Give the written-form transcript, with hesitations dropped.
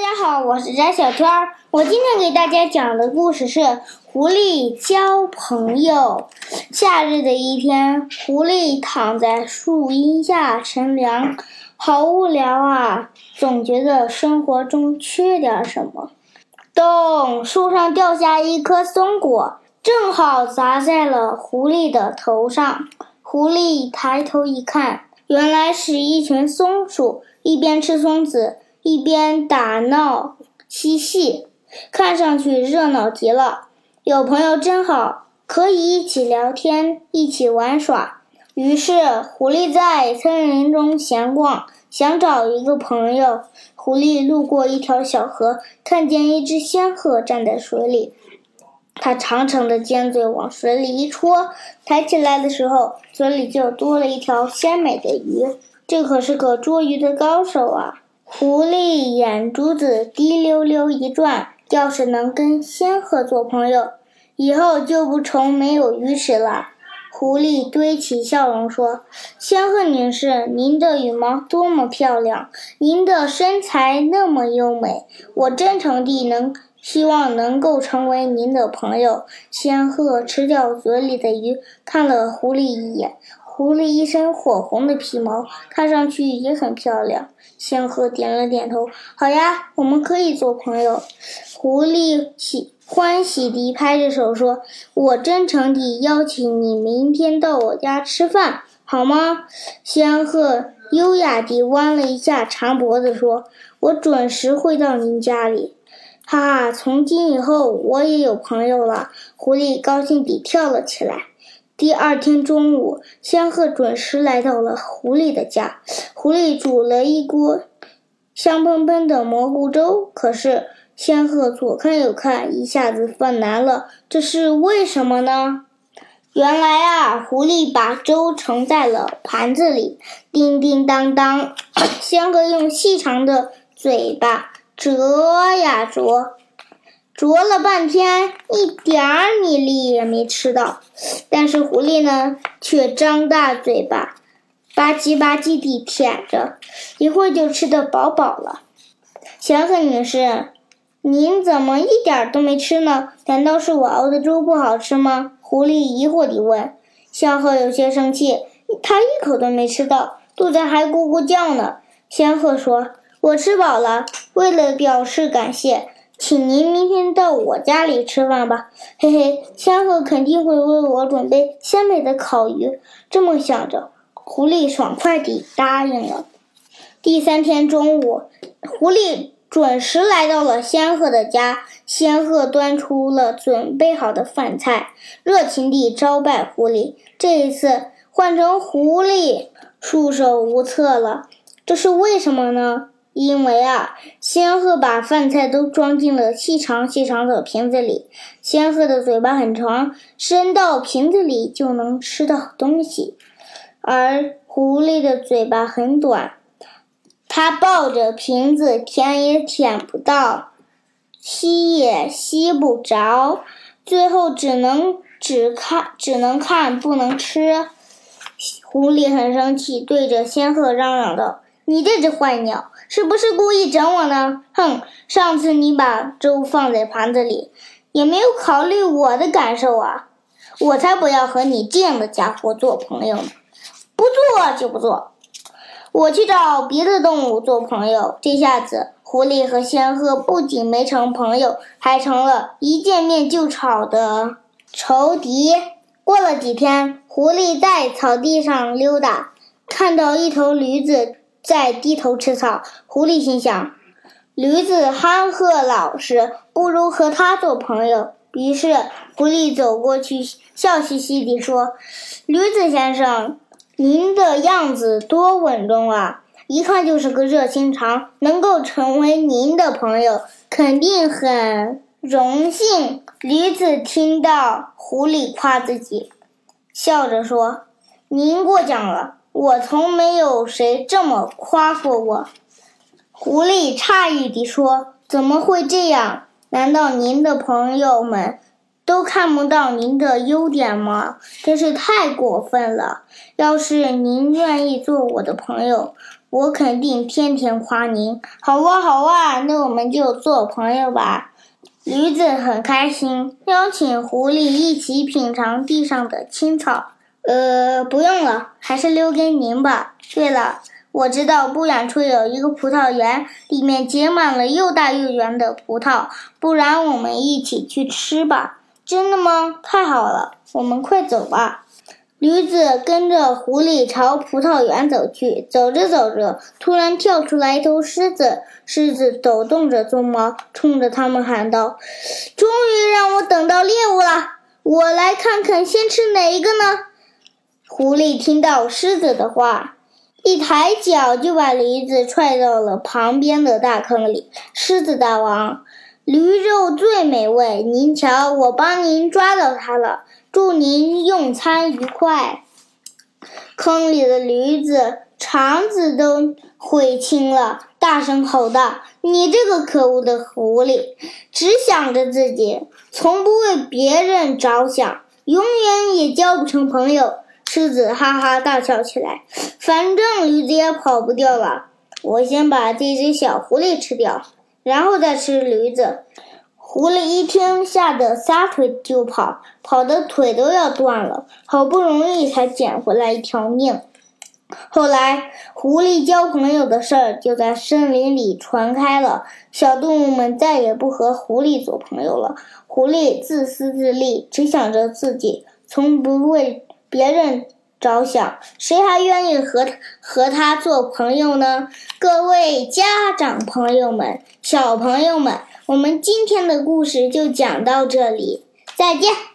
家好，我是翟小天儿。我今天给大家讲的故事是狐狸交朋友。夏日的一天，狐狸躺在树荫下乘凉，好无聊啊，总觉得生活中缺点什么。咚！树上掉下一颗松果，正好砸在了狐狸的头上。狐狸抬头一看，原来是一群松鼠，一边吃松子，一边打闹嬉戏，看上去热闹极了。有朋友真好，可以一起聊天，一起玩耍。于是狐狸在森林中闲逛，想找一个朋友。狐狸路过一条小河，看见一只仙鹤站在水里，它长长的尖嘴往水里一戳，抬起来的时候，嘴里就多了一条鲜美的鱼。这可是个捉鱼的高手啊！狐狸眼珠子滴溜溜一转，要是能跟仙鹤做朋友，以后就不愁没有鱼吃了。狐狸堆起笑容说：“仙鹤女士，您的羽毛多么漂亮，您的身材那么优美，我真诚地希望能够成为您的朋友。”仙鹤吃掉嘴里的鱼，看了狐狸一眼。狐狸一身火红的皮毛，看上去也很漂亮。仙鹤点了点头：“好呀，我们可以做朋友。”狐狸欢喜地拍着手说：“我真诚地邀请你明天到我家吃饭，好吗？”仙鹤优雅地弯了一下长脖子说：“我准时会到您家里。”哈哈，从今以后我也有朋友了。狐狸高兴地跳了起来。第二天中午，仙鹤准时来到了狐狸的家。狐狸煮了一锅香喷喷的蘑菇粥，可是仙鹤左看右看，一下子犯难了，这是为什么呢？原来啊，狐狸把粥盛在了盘子里，叮叮当当，仙鹤用细长的嘴巴啄呀啄了半天，一点儿米粒也没吃到。但是狐狸呢，却张大嘴巴，吧唧吧唧地舔着，一会儿就吃得饱饱了。仙鹤女士，您怎么一点都没吃呢？难道是我熬的粥不好吃吗？狐狸疑惑地问。仙鹤有些生气，他一口都没吃到，肚子还咕咕叫呢。仙鹤说：“我吃饱了，为了表示感谢，请您明天到我家里吃饭吧。嘿嘿，仙鹤肯定会为我准备鲜美的烤鱼。”这么想着，狐狸爽快地答应了。第三天中午，狐狸准时来到了仙鹤的家。仙鹤端出了准备好的饭菜，热情地招待狐狸。这一次换成狐狸束手无策了，这是为什么呢？因为啊，仙鹤把饭菜都装进了细长细长的瓶子里。仙鹤的嘴巴很长，伸到瓶子里就能吃到东西，而狐狸的嘴巴很短，它抱着瓶子舔也舔不到，吸也吸不着，最后只能看不能吃。狐狸很生气，对着仙鹤嚷嚷道：“你这只坏鸟，是不是故意整我呢？哼，上次你把粥放在盘子里，也没有考虑我的感受啊！我才不要和你这样的家伙做朋友呢！不做就不做，我去找别的动物做朋友。”这下子狐狸和仙鹤不仅没成朋友，还成了一见面就吵的仇敌。过了几天，狐狸在草地上溜达，看到一头驴子在低头吃草。狐狸心想，驴子憨厚老实，不如和它做朋友。于是狐狸走过去，笑嘻嘻地说：“驴子先生，您的样子多稳重啊，一看就是个热心肠，能够成为您的朋友，肯定很荣幸。”驴子听到狐狸夸自己，笑着说：“您过奖了，我从没有谁这么夸过我。”狐狸诧异地说：“怎么会这样？难道您的朋友们都看不到您的优点吗？真是太过分了！要是您愿意做我的朋友， 我肯定天天夸您。好啊，好啊，那我们就做朋友吧。驴子很开心，邀请狐狸一起品尝地上的青草。不用了，还是留给您吧。对了，我知道不远处有一个葡萄园，里面结满了又大又圆的葡萄，不然我们一起去吃吧。真的吗？太好了，我们快走吧。驴子跟着狐狸朝葡萄园走去，走着走着，突然跳出来一头狮子。狮子抖动着鬃毛，冲着他们喊道：“终于让我等到猎物了！我来看看先吃哪一个呢？”狐狸听到狮子的话，一抬脚就把驴子踹到了旁边的大坑里。狮子大王，驴肉最美味，您瞧，我帮您抓到它了，祝您用餐愉快。坑里的驴子肠子都悔青了，大声吼道：“你这个可恶的狐狸，只想着自己，从不为别人着想，永远也交不成朋友。”狮子哈哈大笑起来，反正驴子也跑不掉了，我先把这只小狐狸吃掉，然后再吃驴子。狐狸一听，吓得撒腿就跑，跑得腿都要断了，好不容易才捡回来一条命。后来，狐狸交朋友的事儿就在森林里传开了，小动物们再也不和狐狸做朋友了。狐狸自私自利，只想着自己，从不为别人着想，谁还愿意和他做朋友呢？各位家长朋友们、小朋友们，我们今天的故事就讲到这里，再见。